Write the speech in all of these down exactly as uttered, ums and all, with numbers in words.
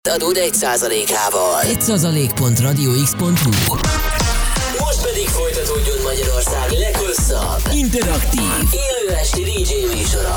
Adód egy százalékával. egy százalék pont radio x pont hu. Most pedig folytatódjon Magyarország leghosszabb, interaktív, élő esti dé dzsé műsora.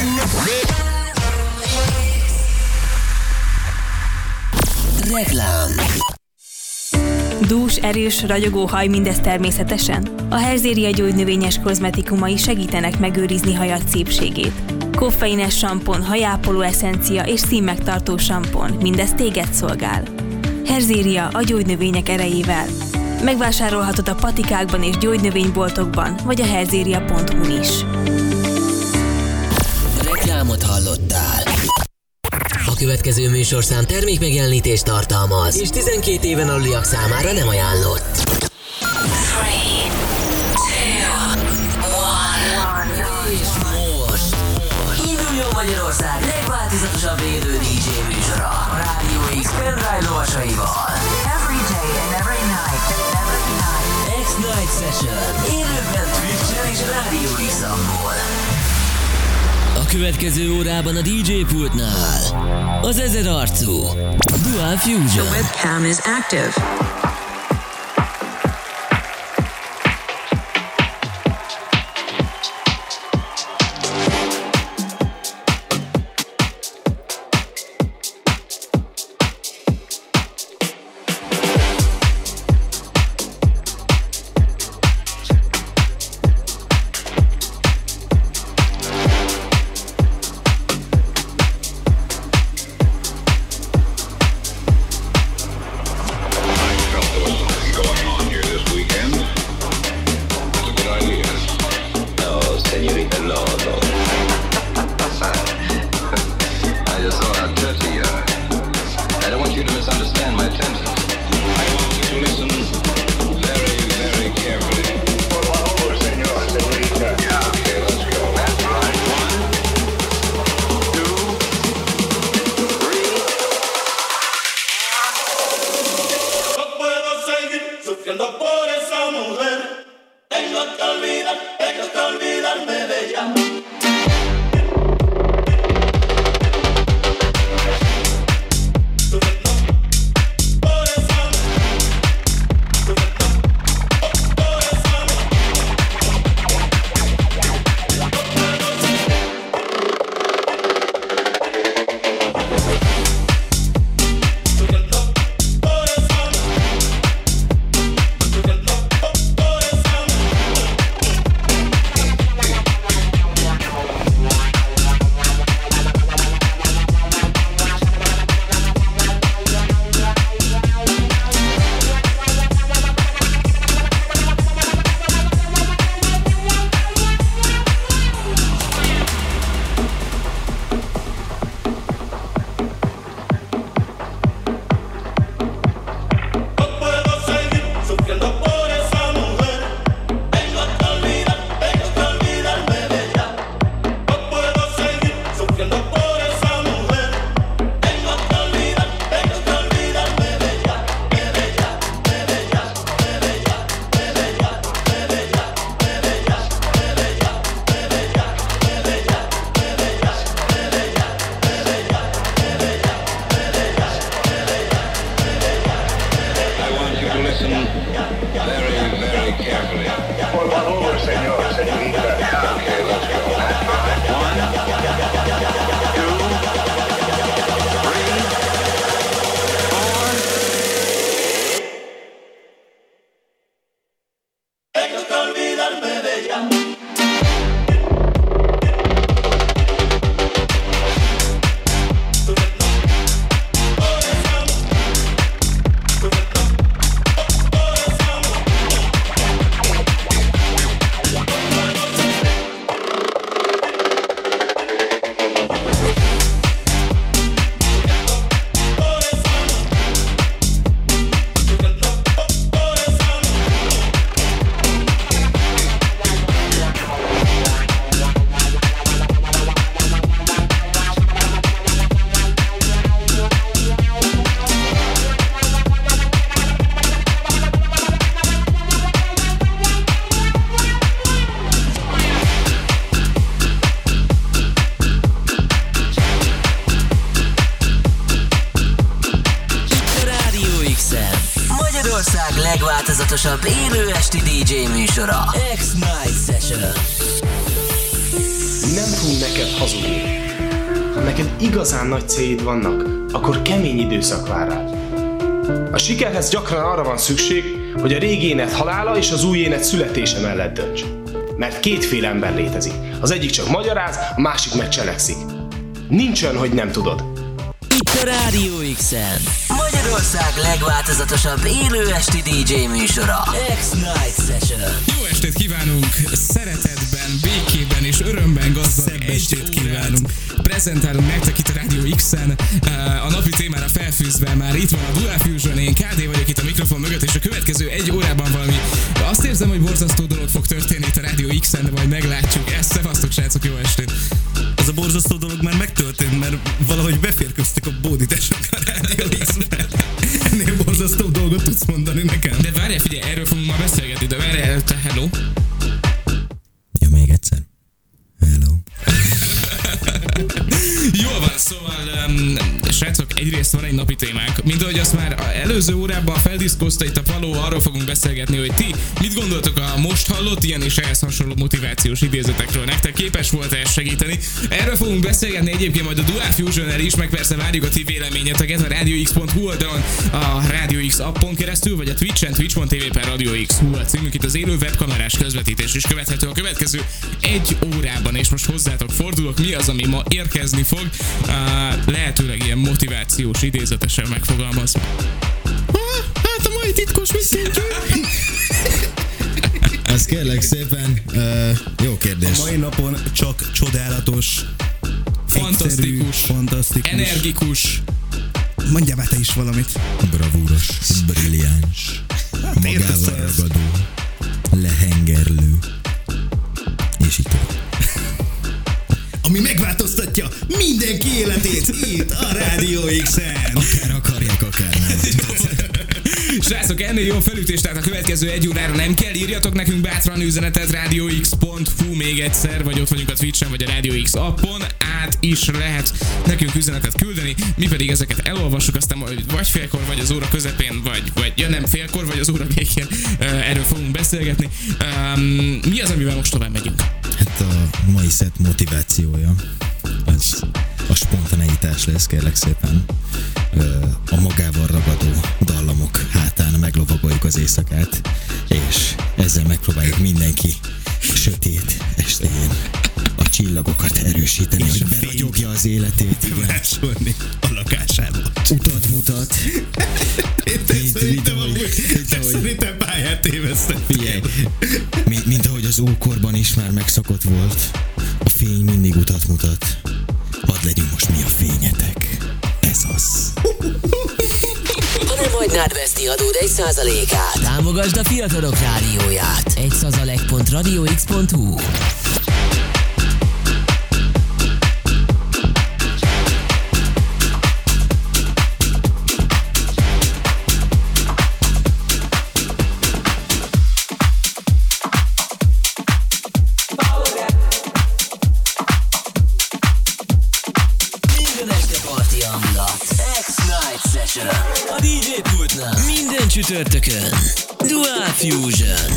Reklám. Dús, erős, ragyogó haj, mindez természetesen? A Herzéria gyógynövényes kozmetikumai segítenek megőrizni hajad szépségét. Koffeines sampon, hajápoló eszencia és színmegtartó sampon, mindez téged szolgál. Herzéria a gyógynövények erejével. Megvásárolhatod a patikákban és gyógynövényboltokban, vagy a herzéria pont hu-n is. Reklámot hallottál. A következő műsorszám termékmegjelenítést tartalmaz, és tizenkét éven aluliak számára nem ajánlott. Three, two, one. És most induljon Magyarország legváltozatosabb élő dé dzsé műsora a Rádió X pendrive lovasaival. Every day and every night, every night. X-Night Session. Élőben Twitch-en és Rádió X-amból. A következő órában a dé dzsé pultnál az ezer arcú Dual Fusion. The webcam is active. Maestro. X-en. Magyarország legváltozatosabb élő esti dé dzsé műsora, X-Night Session. Nem fogunk neked hazudni. Ha neked igazán nagy célid vannak, akkor kemény időszak vár rád. A sikerhez gyakran arra van szükség, hogy a régi énet halála és az új énet születése mellett dönts. Mert kétféle ember létezik. Az egyik csak magyaráz, a másik meg cselekszik. Nincs olyan, hogy nem tudod. Itt a Rádió X-en Magyarország legváltozatosabb élő esti dé dzsé műsora, X-Night Session. Jó estét kívánunk, szeretetben, békében és örömben gazdag szebb estét kívánunk. Prezentálunk nektek itt a Rádió X-en. A napi témára felfűzve már itt van a Dual Fusion, én ká dé vagyok itt a mikrofon mögött, és a következő egy órában valami, azt érzem, hogy borzasztó dolog fog történni itt a Rádió X-en, de majd meglátjuk. Ezt szevasztok, srácok, jó estét! Az a borzasztó dolog már megtörtént, mert valahogy beférköztek a bódítások a Rádió X-ben. Ennél borzasztó dolgot tudsz mondani nekem? De várjál, figyelj, erről fogunk ma beszélgetni, de várjál előtte, hello! Ja, még egyszer. Hello. Jól van, szóval um, srácok, egyrészt van egy napi témánk, mint ahogy azt már előző órában feldiszkozta itt a Paló, arról fogunk beszélgetni, hogy ti mit gondoltok a most hallott ilyen és ehhez hasonló motivációs idézetekről, nektek képes volt-e ezt segíteni? Erről fogunk beszélgetni egyébként majd a Dual Fusion-nel is, meg persze várjuk a ti véleményeteket a radio x pont hu oldalon, a Radio X appon keresztül, vagy a Twitch-en, twitch pont tv per Radio X hu a címünk, itt az élő webkamerás közvetítés is követhető a következő egy órában, és most hozzátok fordulok, mi az, ami ma érkezni fog, uh, lehetőleg ilyen motivációs idézetesen megfogalmazva. Ah, hát a mai titkos viszintű. Ez kérlek szépen, uh, jó kérdés. A mai napon csak csodálatos, fantasztikus, egyszerű, fantasztikus, energikus. Mondjál már te is valamit. Bravúros, brilliáns, magával ragadó, lehengerlő, és itt tovább. Ami megváltoztatja mindenki életét itt a Rádió X-en. Akár akarják, akár nem. Srácok, ennél jó felütés, tehát a következő egy órára nem kell, írjatok nekünk bátran üzenetet radio x pont hu még egyszer, vagy ott vagyunk a Twitch-en, vagy a Radio X appon, át is lehet nekünk üzenetet küldeni, mi pedig ezeket elolvassuk, aztán vagy félkor, vagy az óra közepén, vagy, vagy ja nem félkor, vagy az óra végén, erről fogunk beszélgetni. Um, mi az, amivel most tovább megyünk? Hát a mai szett motivációja az a spontaneitás lesz, kérlek szépen. A magával ragadó dallamok hátán meglovagoljuk az éjszakát, és ezzel megpróbáljuk mindenki sötét estén a csillagokat erősíteni, és hogy beragyogja az életét, igen. Másolni a lakásába. Utat mutat. Mint, szerintem amúgy, te szerintem pályát tévesztettél. Figyelj, mint, mint ahogy az ókorban is már megszokott volt, a fény mindig utat mutat. Hadd legyünk most mi a fényetek. Ez az. Ha nem hagynád veszni adód egy százalékát, támogasd a fiatalok rádióját. Egy százalék pont radio x pont hu. A dé dzsé pultnál minden csütörtökön Dual Fusion.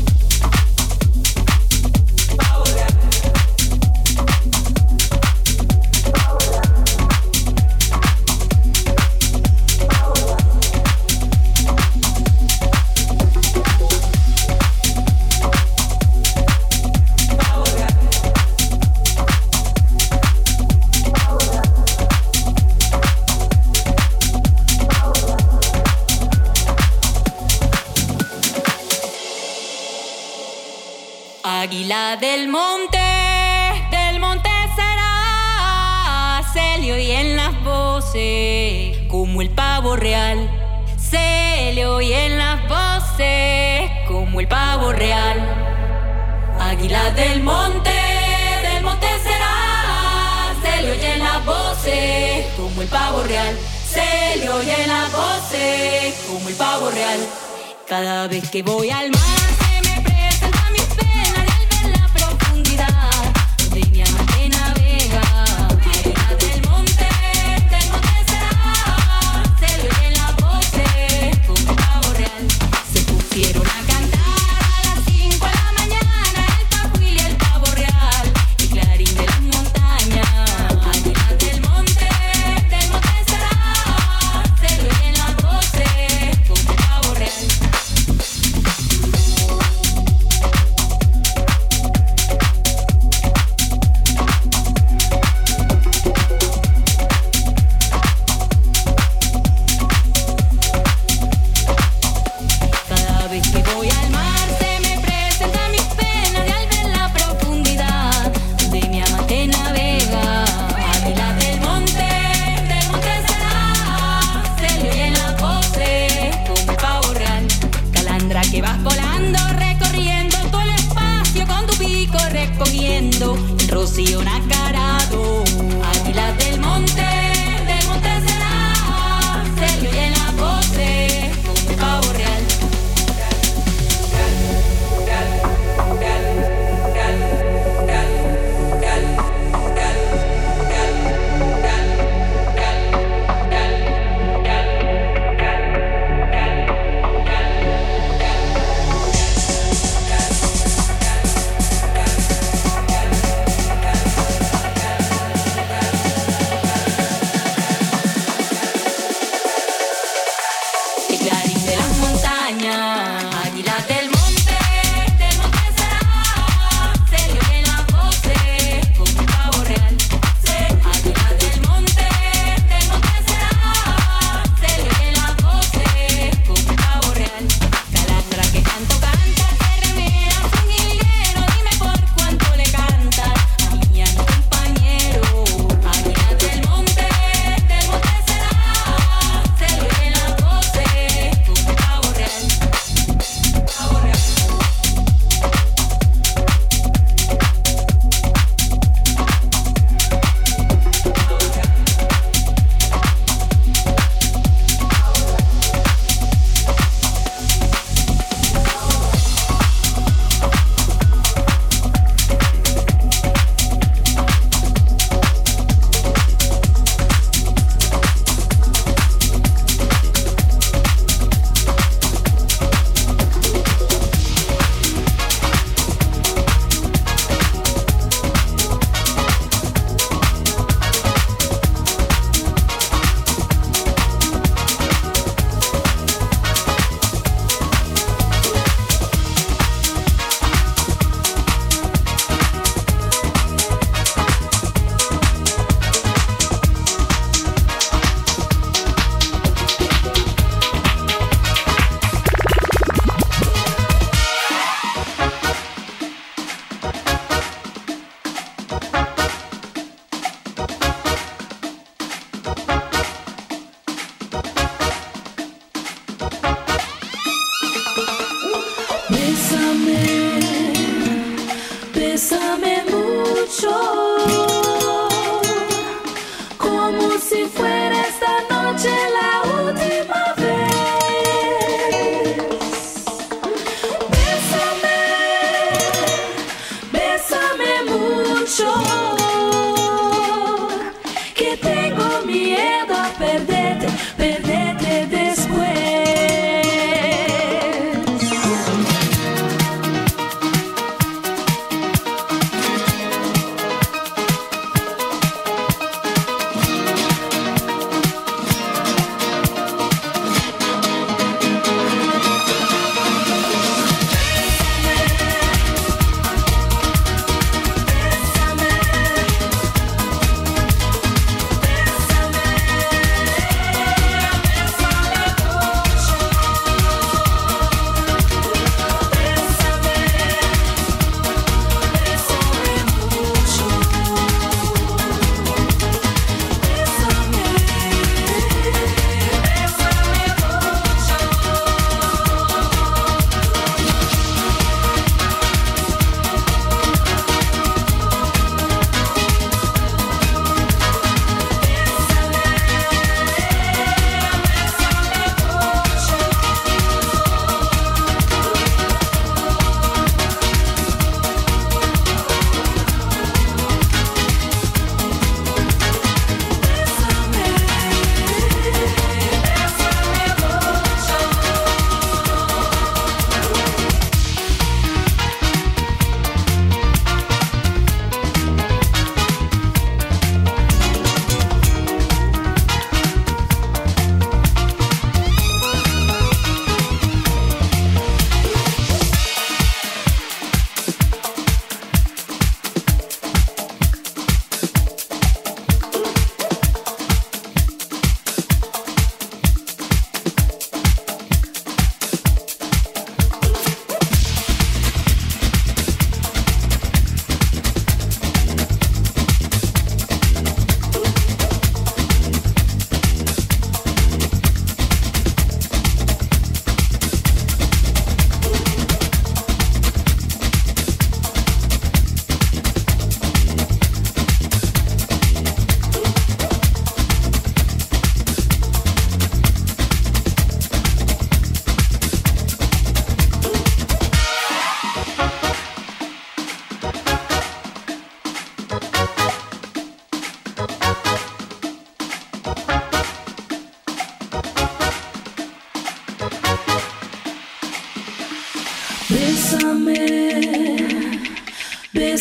Águila del monte, del monte será, se le oyen las voces como el pavo real, se le oyen las voces como el pavo real. Águila del monte, del monte será, se le oyen las voces como el pavo real, se le oyen las voces como el pavo real. Cada vez que voy al mar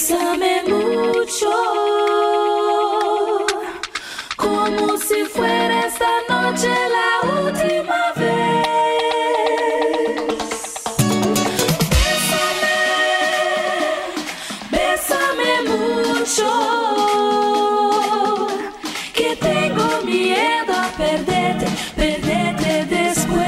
Bésame mucho, como si fuera esta noche la última vez. Bésame, bésame mucho, que tengo miedo a perderte, perderte después.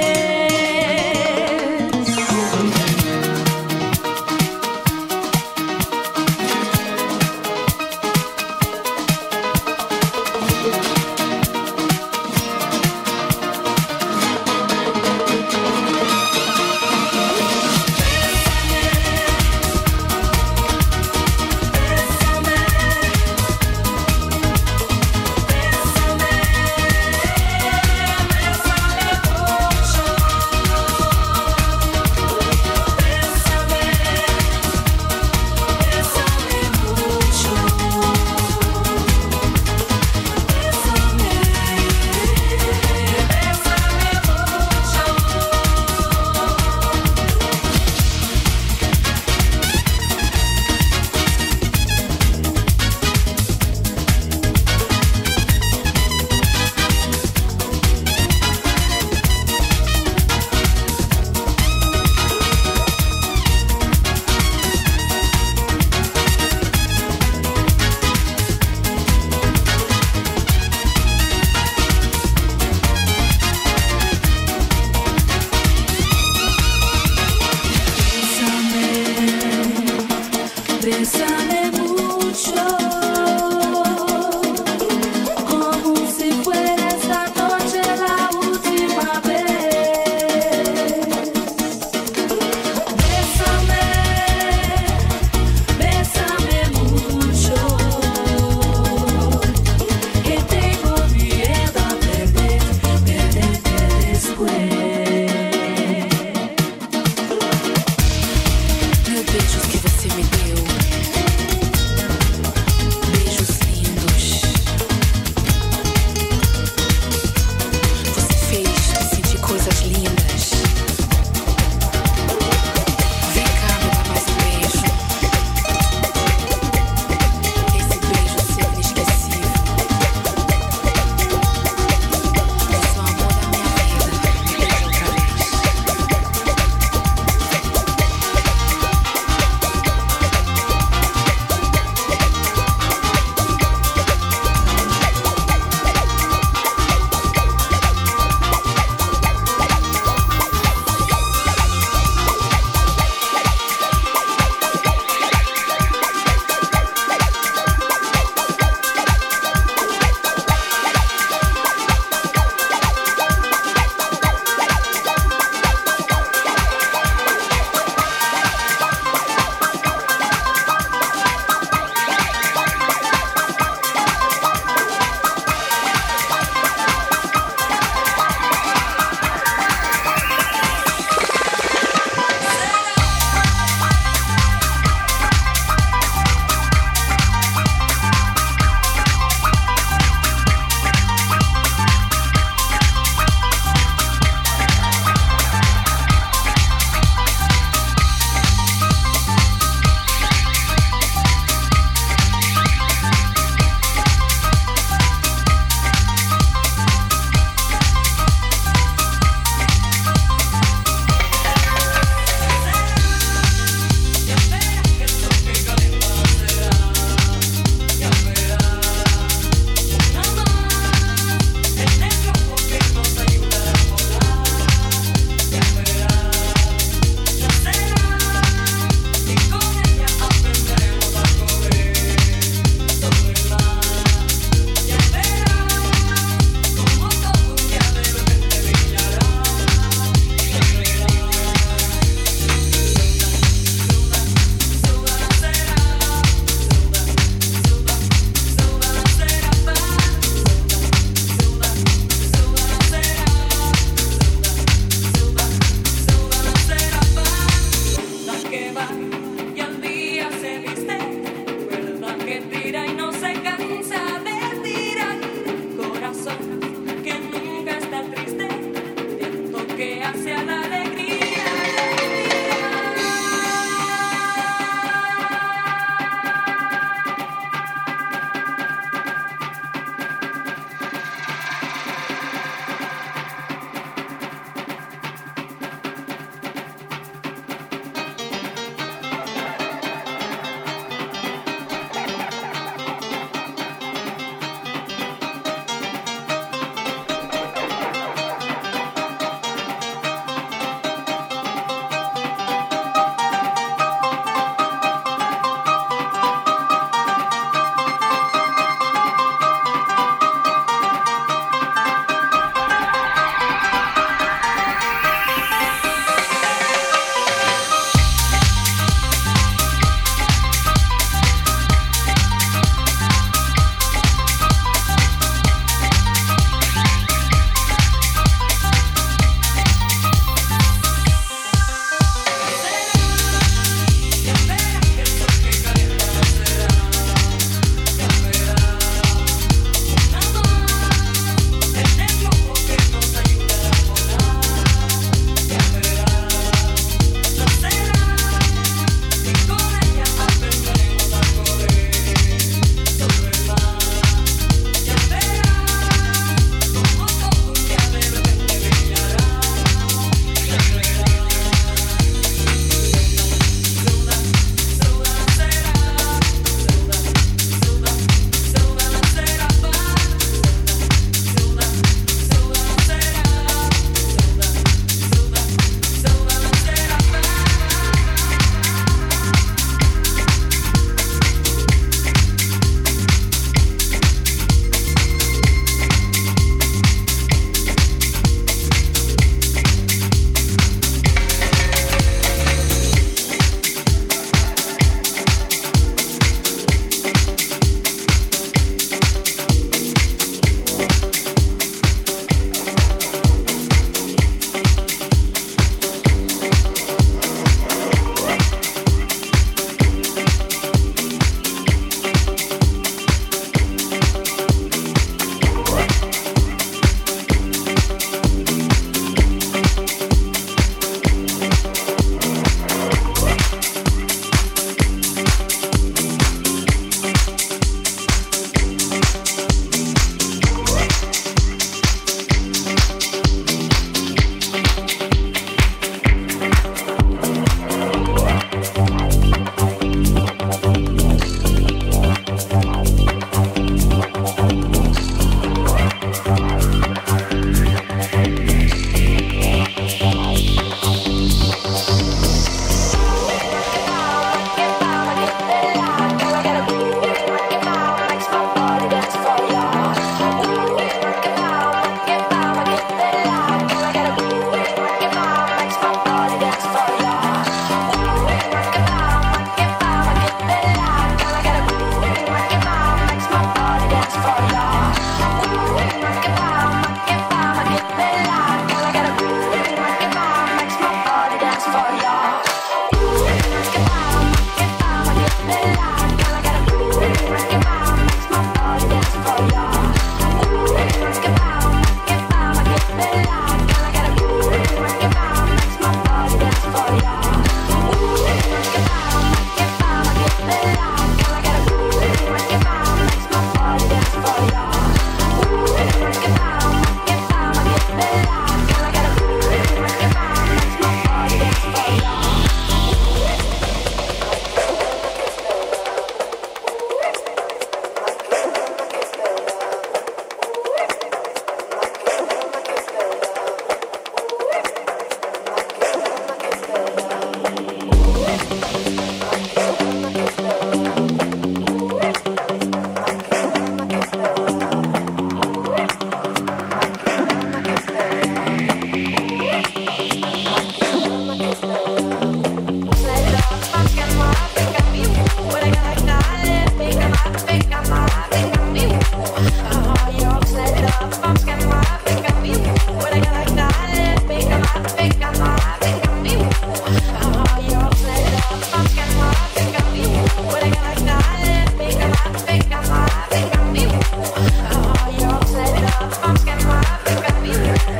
Bésame mucho, como si fuera esta noche la última vez. Bésame, bésame mucho, que tengo miedo a perder, perderte después. Meus beijos que você me deu, beijos lindos. Você fez me sentir coisas lindas. Vem cá, me dá mais um beijo. Esse beijo seu inesquecível. Você é o amor da minha vida. Me beija outra vez. la alegría, la alegría.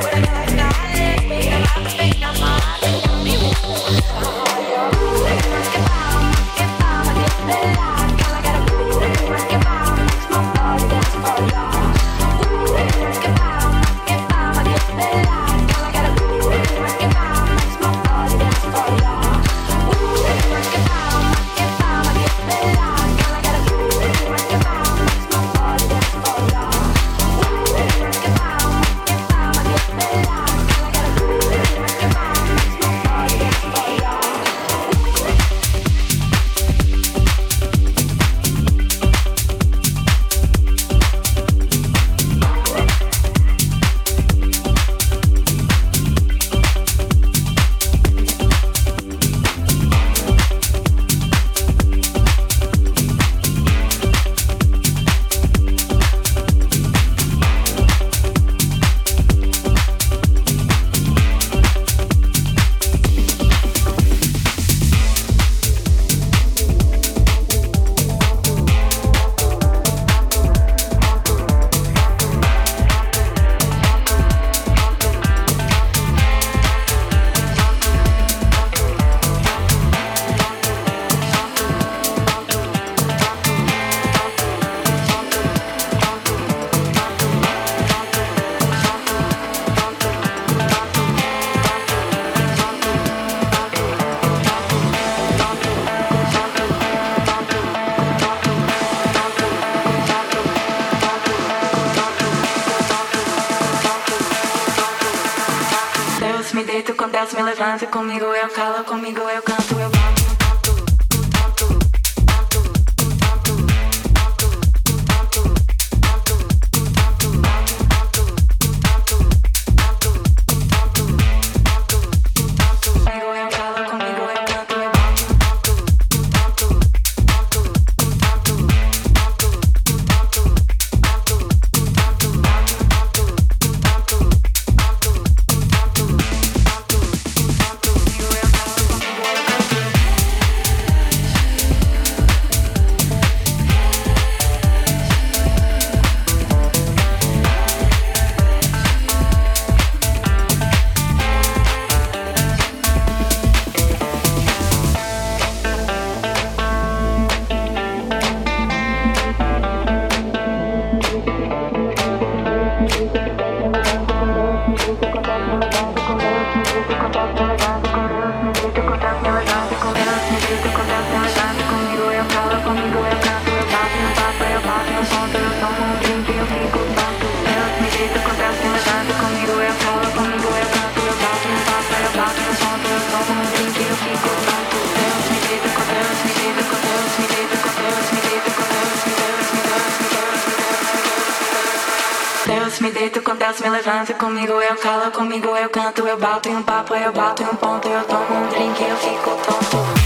Deus me levanta comigo, eu calo comigo, eu canto, eu bato. Me deito com Deus, me levanta comigo, eu calo comigo, eu canto, eu bato em um papo, eu bato em um ponto, eu tomo um drink, eu fico tonto.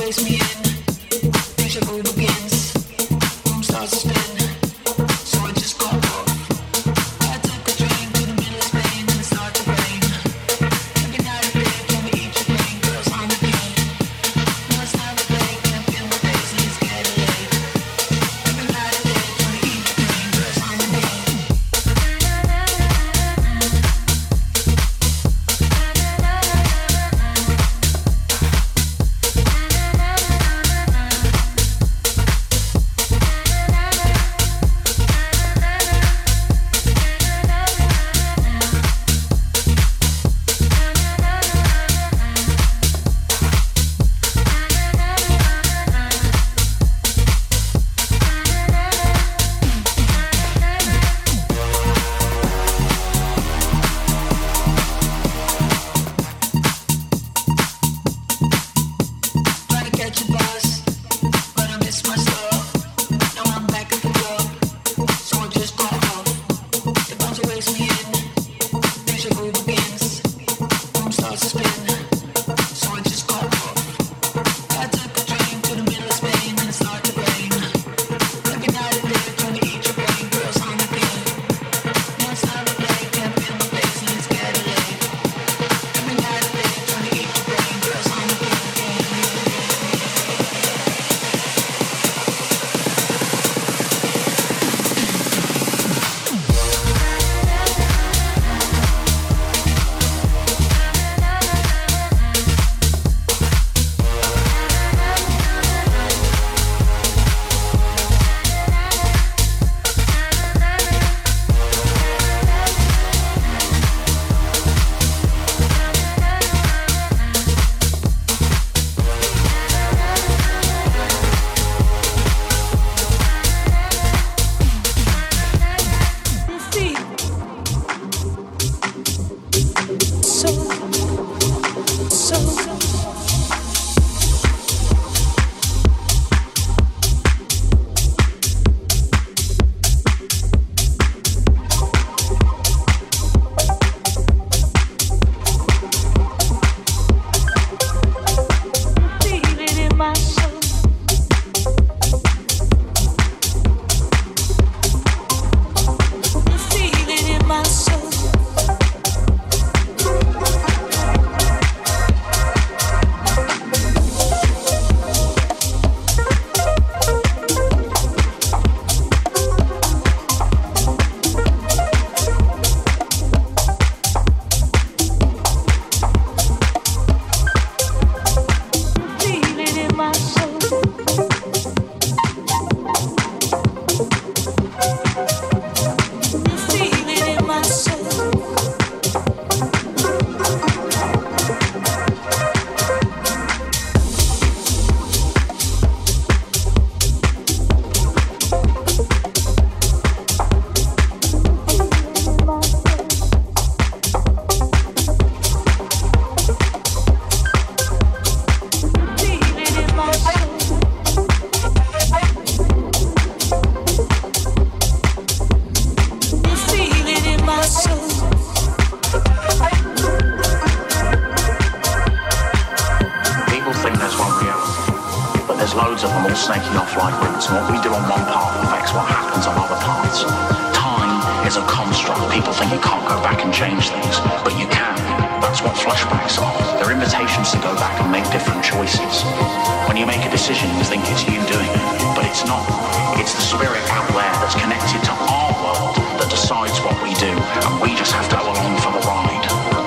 snaking off like roots, and what we do on one path affects what happens on other paths. Time is a construct. People think you can't go back and change things, but you can. That's what flashbacks are. They're invitations to go back and make different choices. When you make a decision, you think it's you doing it, but it's not. It's the spirit out there that's connected to our world that decides what we do, and we just have to go along for the ride.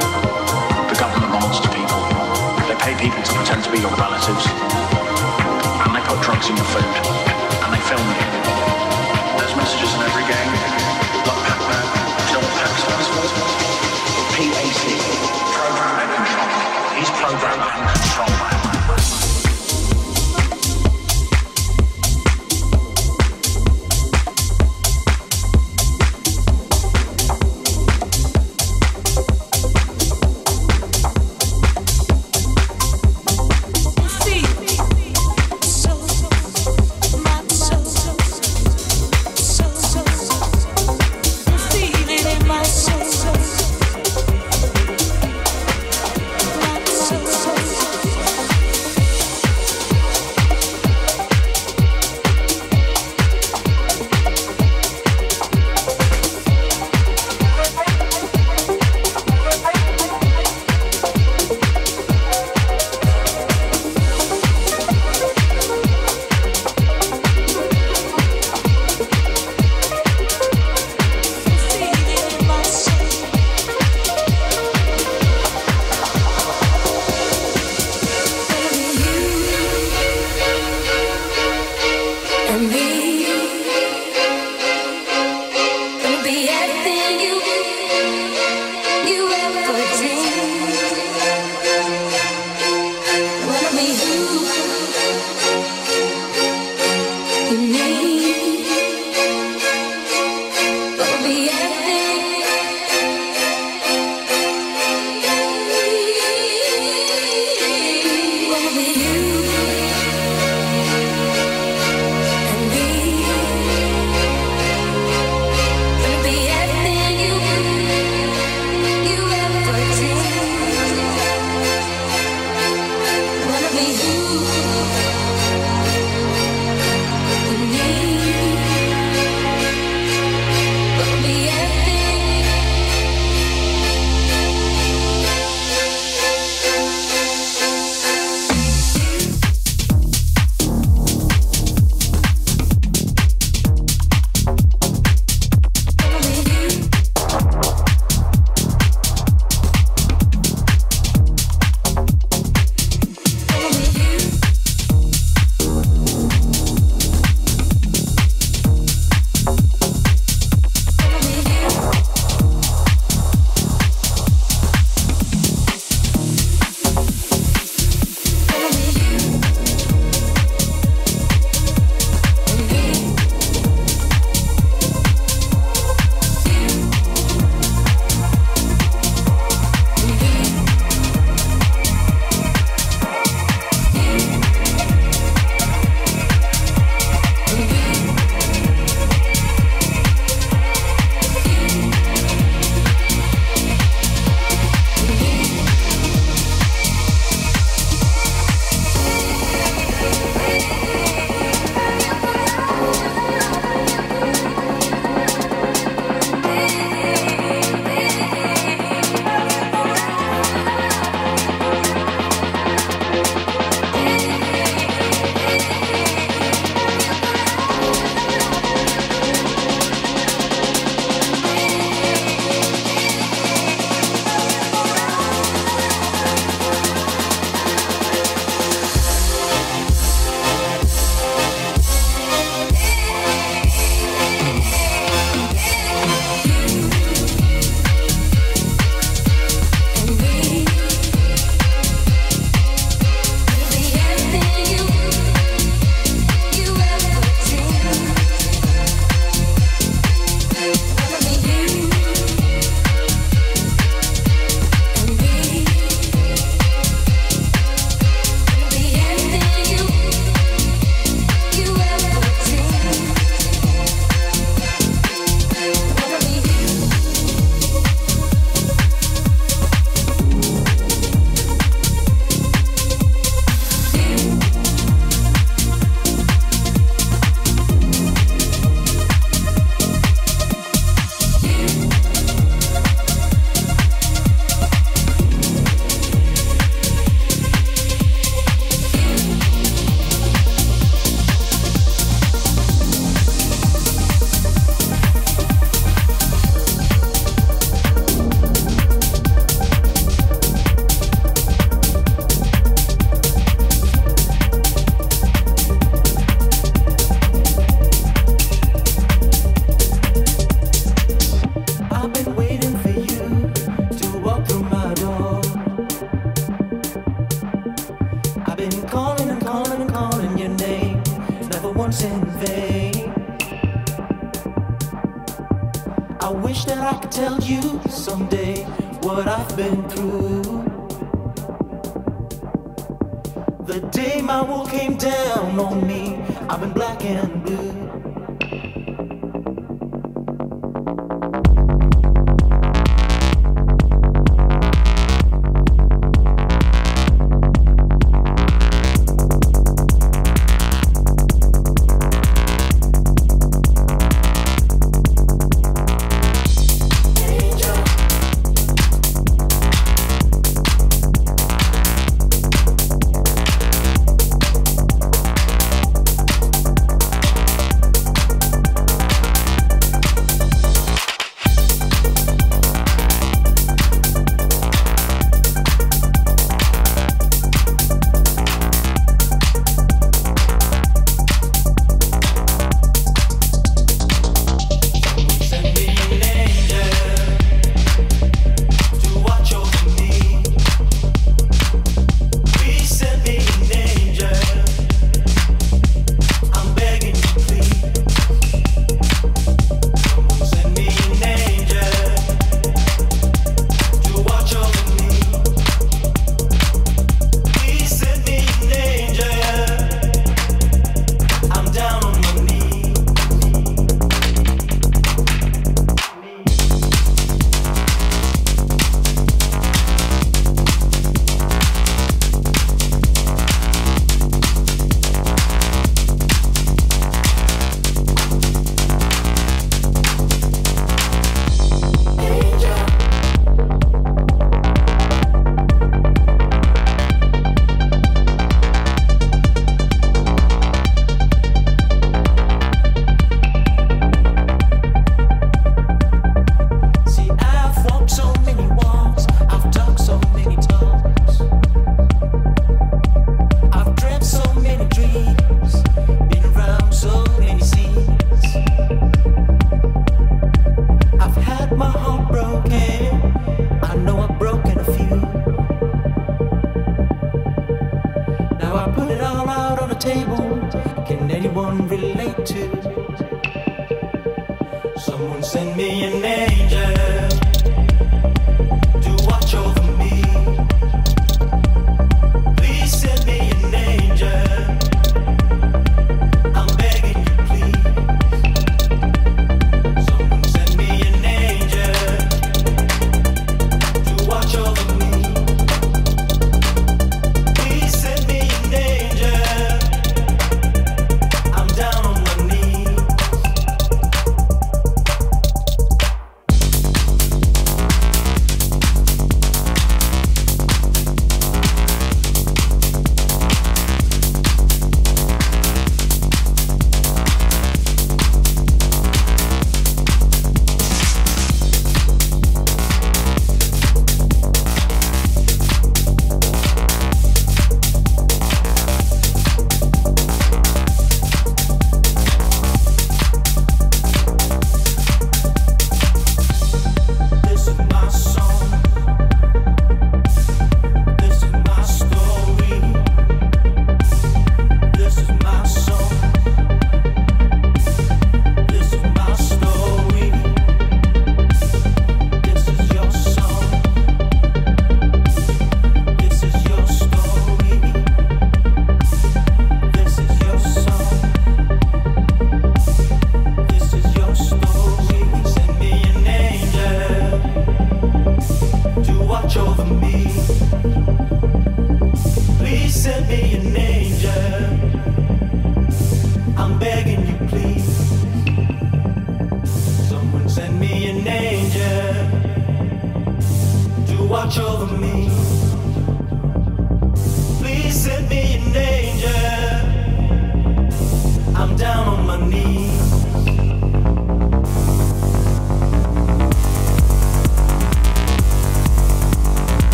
The government monster people. They pay people to pretend to be your relatives, and they put drugs in your food, and they film you. There's messages in every game, like Pac-Man, John Pax P A C, program and control. He's program and control man. So been calling and calling and calling your name, never once in vain. I wish that I could tell you someday what I've been through. The day my world came down on me, I've been black and blue.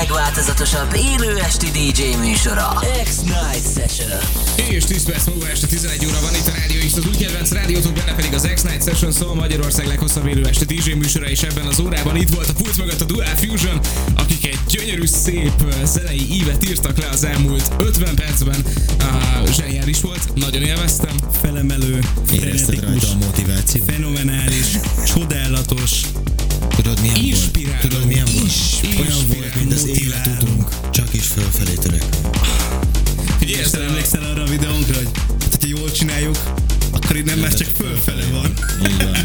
legváltozatosabb élő esti dé dzsé műsora. X-Night Session. És tíz perc múlva este tizenegy óra van itt a Rádió X, az új kedvenc rádiótok, benne pedig az X-Night Session, szóval Magyarország leghosszabb élő esti dé dzsé műsora, és ebben az órában itt volt a pult mögött a Dual Fusion, akik egy gyönyörű, szép zenei ívet írtak le az elmúlt ötven percben. Uh, zseniális volt, nagyon élveztem. Felemelő, érezted rajta a motiváció? Fenomenális, csodálatos. Tudod milyen inspiráló, volt? Tudod milyen volt? Inspiráló, olyan volt, mint az életutunk, csak is fölfelé törekvő. Ugye ezt emlékszel arra a videónkra, hogy hát, hogyha jól csináljuk, akkor itt nem már csak fölfele van. Így van.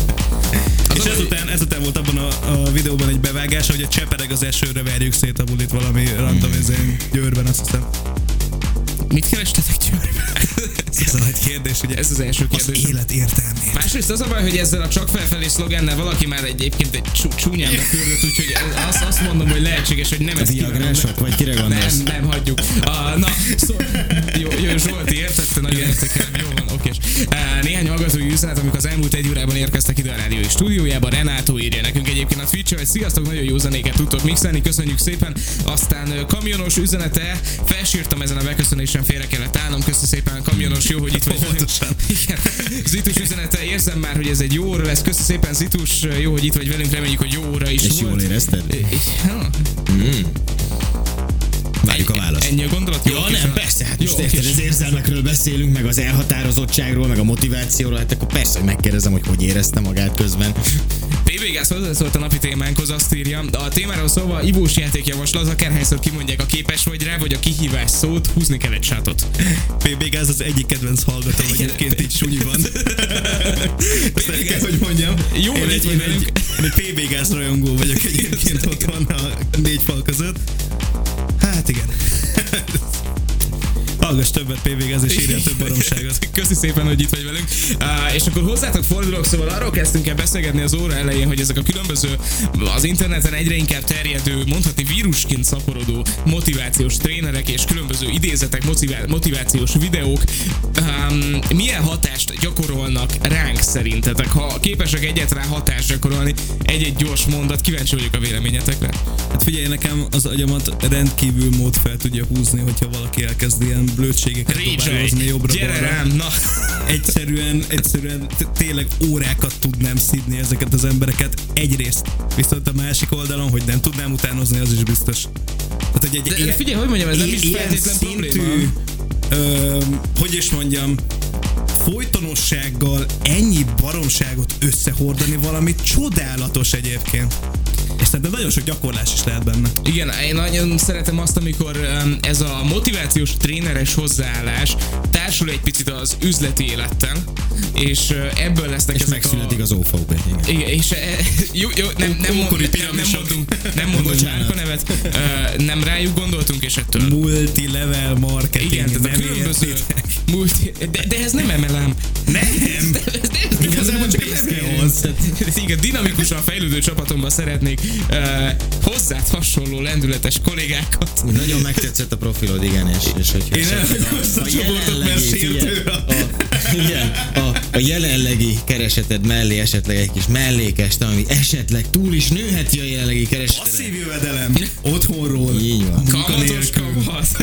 És ezután, ezután volt abban a, a videóban egy bevágás, hogy a csepereg az esőre, verjük szét a bulit valami random ezén Győrben, azt hiszem. Mit kerestetek Győrben? Ez a nagy kérdés, ugye? Ez az első kérdés. Az élet értelmét. Másrészt az a baj, hogy ezzel a csak felfelé szlogennel valaki már egyébként egy csú- csúnyán befürdött, úgyhogy azt, azt mondom, hogy lehetséges, hogy nem a ezt viagrások, vagy kire gondolsz? Nem, nem, hagyjuk. Uh, na, szó, jó, jó, Zsolti, értette, nagyon értékelem, jó van, okés. Uh, néhány hallgatói üzenet, amik az elmúlt egy órában érkeztek ide a Rádió X stúdiójába. Renátó írja nekünk egyébként a Twitch-en, hogy sziasztok, nagyon jó zenéket tudtok mixelni, köszönjük szépen. Aztán uh, kamionos üzenete, felsírtam ezen a beköszönésen, félre kellett állnom, köszi szépen, kamionos, jó, hogy itt vagy. Pontosan. Igen. Zitus üzenete, érzem már, hogy ez egy jó óra lesz, köszi szépen Zitus, jó, hogy itt vagy velünk, reméljük, hogy jó óra is és volt. És jól érezted? Ja. Mm. Várjuk a választ. Ennyi a gondolat? Jó, ja, nem, persze, hát most érted, az érzelmekről beszélünk, meg az elhatározottságról, meg a motivációról, hát akkor persze, hogy megkérdezem, hogy hogy érezte magát közben. pé bé Gáz hozzászólt a napi témánkhoz, azt írja, a témáról szóval ivós játékjavaslat, akárhányszor kimondják a képes vagy rá, vagy a kihívás szót, húzni kell egy sátot. pé bé Gáz az egyik kedvenc hallgató, vagy egyébként így súnyi van. Azt el kell, hogy mondjam. Jó, én egy, én egy, egy pé bé Gáz rajongó vagyok egyébként otthon a négy fal között. Hát igen. Hallgass többet pé bé Gáz és írjál több baromságot. Köszi szépen, hogy itt vagy velünk. Uh, és akkor hozzátok fordulok, szóval arról kezdtünk el beszélgetni az óra elején, hogy ezek a különböző, az interneten egyre inkább terjedő, mondhatni vírusként szaporodó motivációs trénerek és különböző idézetek, motivá- motivációs videók um, milyen hatást gyakorolnak ránk szerintetek? Ha képesek egyáltalán hatást gyakorolni, egy-egy gyors mondat, kíváncsi vagyok a véleményetekre. Hát figyelj, nekem az agyamat rendkívül mód fel tudja húzni, hogyha valaki elkezd ilyen blödségeket dobálózni jobbra-balra. Na. Egyszerűen, egyszerűen tényleg órákat tudnám szidni ezeket az embereket egyrészt. Viszont a másik oldalon, hogy nem tudnám utánozni, az is biztos. Hát, hogy egy de ilyen, figyelj, hogy mondjam, ez nem is feltétlen probléma. Ö, hogy is mondjam, folytonossággal ennyi baromságot összehordani valami csodálatos egyébként. És szerintem nagyon sok gyakorlás is lehet benne. Igen, én nagyon szeretem azt, amikor um, ez a motivációs tréneres hozzáállás társul egy picit az üzleti élettel, és uh, ebből lesznek és ezek megszületik a... az o ef o bé. Igen. Igen, és e, jó, jó, nem, nem, mond, nem, nem mondunk, nem mondunk márka nevet, uh, nem rájuk gondoltunk, és ettől... Multi-level marketing. Igen, tehát a különböző... Multi, de, de ez nem em el em. Nem! Igazából csak nem hoz. Igen, dinamikusan fejlődő csapatomban szeretnék uh, hozzád hasonló lendületes kollégákat. Nagyon megtetszett a profilod, igen, és, és hogyha én elhagyom azt a csoportot, mert sértő. Igen, a, a jelenlegi kereseted mellé esetleg egy kis mellékest, ami esetleg túl is nőheti a jelenlegi kereseted. Passzív jövedelem, otthonról, így van. Kamatos kamat.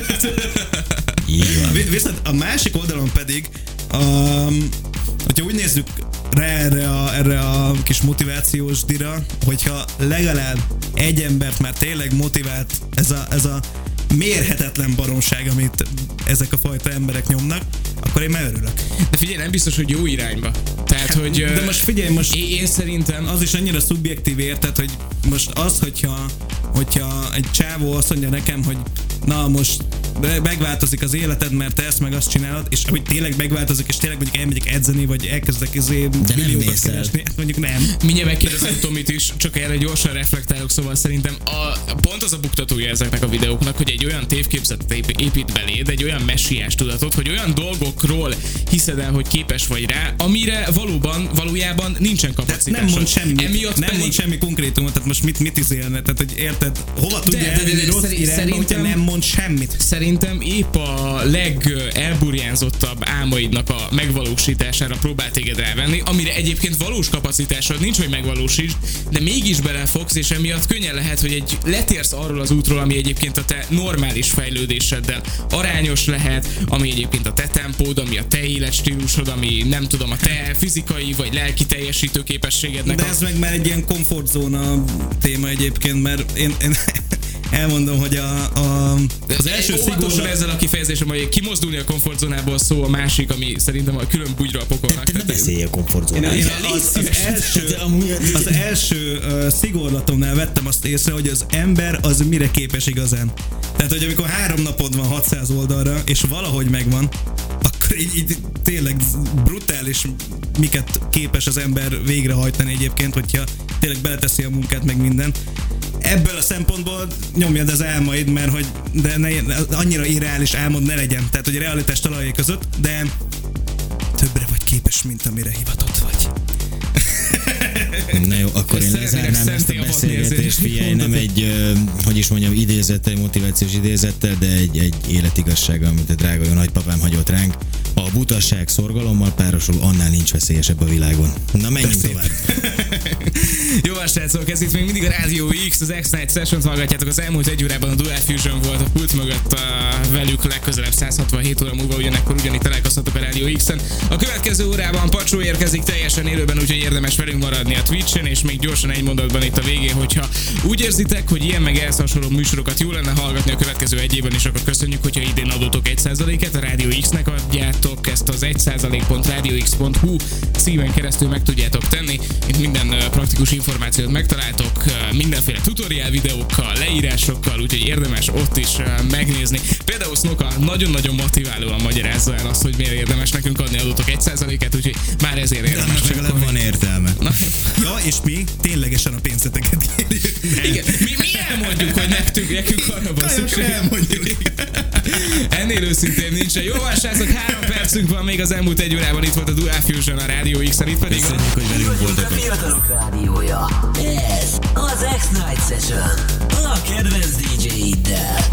Így van. Viszont a másik oldalon pedig, um, hogyha úgy nézzük rá erre a, erre a kis motivációs dira, hogyha legalább egy embert már tényleg motivált ez a, ez a mérhetetlen baromság, amit ezek a fajta emberek nyomnak, akkor én már örülök. De figyelj, nem biztos, hogy jó irányba. Tehát, hát, hogy... De most figyelj, most én, én szerintem... Az is annyira szubjektív, érted, hogy most az, hogyha, hogyha egy csávó azt mondja nekem, hogy na most megváltozik az életed, mert te ezt meg azt csinálod, és hogy tényleg megváltozik, és tényleg mondjuk elmegyek edzeni, vagy elkezdek izé milliókat keresni, hát mondjuk nem. Mindjárt megkérdezem Tomit is, csak erre gyorsan reflektálok, szóval szerintem a, pont az a buktatója ezeknek a videóknak, hogy egy olyan tévképzetet épít beléd, egy olyan messiás tudatot, hogy olyan dolgokról hiszed el, hogy képes vagy rá, amire valóban, valójában nincsen kapacitás. Nem mond semmi, Emiatt nem pedig... mond semmi konkrétumot, tehát most mit, mit izélne, tehát hogy érted, hova tudja elvinni rossz irányba, hogyha nem mond semmit. szerintem épp a legelburjánzottabb álmaidnak a megvalósítására próbál téged rávenni, amire egyébként valós kapacitásod nincs, hogy megvalósítsd, de mégis belefogsz, és emiatt könnyen lehet, hogy egy letérsz arról az útról, ami egyébként a te normális fejlődéseddel arányos lehet, ami egyébként a te tempód, ami a te életstílusod, ami nem tudom, a te fizikai vagy lelki teljesítő képességednek. De a... ez meg már egy ilyen komfortzóna téma egyébként, mert én, én elmondom, hogy a, a, az első szigorúan ezzel a kifejezésem, hogy kimozdulni a komfortzónából szó a másik, ami szerintem a külön bugyra a pokolnak. Te, te ne beszélj a komfortzónából. Én, én az, az első, az első uh, szigorlatomnál vettem azt észre, hogy az ember az mire képes igazán. Tehát, hogy amikor három napod van hatszáz oldalra, és valahogy megvan, akkor így, így tényleg brutális, miket képes az ember végrehajtani egyébként, hogyha tényleg beleteszi a munkát, meg minden. Ebből a szempontból nyomjad az álmaid, mert hogy de ne, annyira irreális álmod ne legyen. Tehát, hogy a realitás talajai között, de többre vagy képes, mint amire hivatott vagy. Na jó, akkor én lezárnám ezt a beszélgetést, figyelj, nem egy, uh, hogy is mondjam, idézettel, motivációs idézettel, de egy, egy életigassága, amit a drága jó nagypapám hagyott ránk. A butasság szorgalommal párosul, annál nincs veszélyesebb a világon. Na menjünk tovább. Jó, srácok, ez itt még mindig a Rádió X, az X-Night Sessions hallgatjátok. Az elmúlt egy órában a Dual Fusion volt a pult mögött, a velük legközelebb száz hatvanhét óra múlva, ugyanekkor ugyanígy találkozhatok a Rádió X-en. A következő órában Pacsó érkezik teljesen élőben, úgyhogy érdemes velünk maradni a Twitchen, és még gyorsan egy mondatban itt a végén, hogyha úgy érzitek, hogy ilyen meg ehhez hasonló műsorokat jó lenne hallgatni a következő egy évben, és akkor köszönjük, hogyha idén adótok egy százaléket a Rádió X-nek adjátok, ezt az egy százalék pont rádió x pont hu címen keresztül meg tudjátok tenni. Itt minden uh, praktikus információt megtaláltok, uh, mindenféle tutoriál videókkal, leírásokkal, úgyhogy érdemes ott is uh, megnézni. Például Snoka nagyon-nagyon motiválóan magyarázza el azt, hogy miért érdemes nekünk adni adótok egy százaléket, úgyhogy már ezért érdemes. De annak van értelme. Na. Ja, és mi ténylegesen a pénzeteket kérjük. Igen, mi, mi elmondjuk, hogy nekünk, nekünk arra van szükség. Elmondjuk. Ennél őszintén nincsen. Jó, srácok, három percünk van még az elmúlt egy órában. Itt volt a Dual Fusion a Rádió X-en, itt pedig köszönjük, hogy velünk voltatok. A fiatalok rádiója. Ez az X-Night Session. A kedvenc dé dzsé-iddel.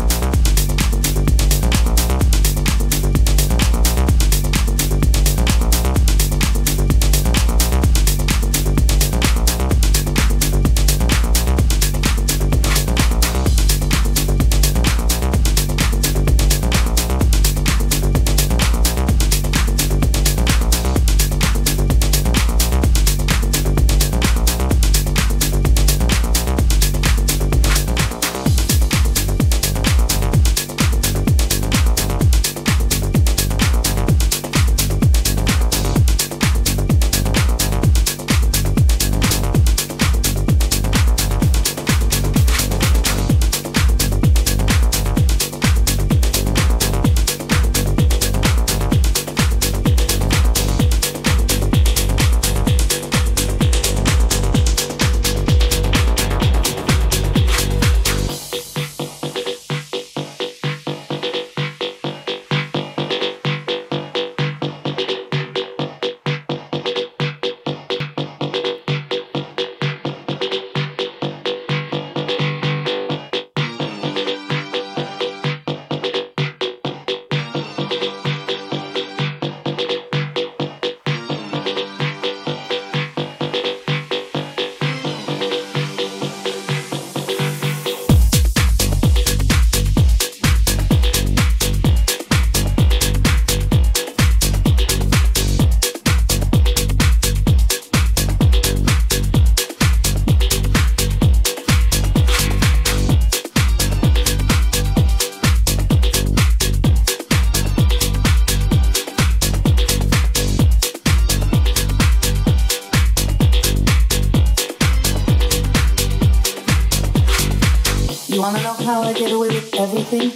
wanna know how I get away with everything?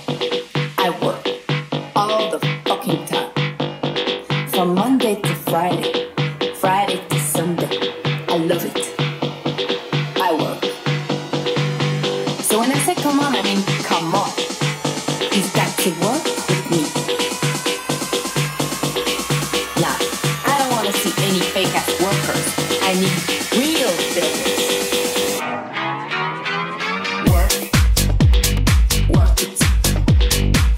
I work all the fucking time. From Monday to Friday, Friday to Sunday. I love it. I work. So when I say come on, I mean come on. You've got to work with me. Now, I don't want to see any fake ass workers. I need real business. Work. Work it.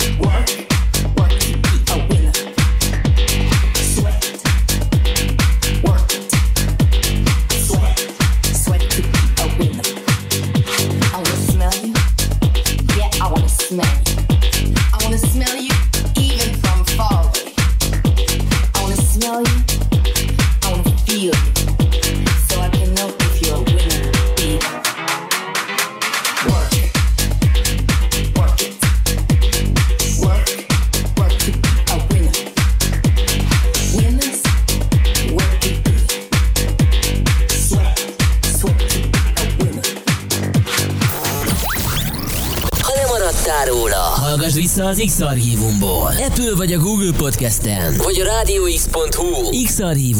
Hallgassd vissza az X-Archívumból. Apple vagy a Google Podcasten, vagy a rádióx pont hu X-Archívum.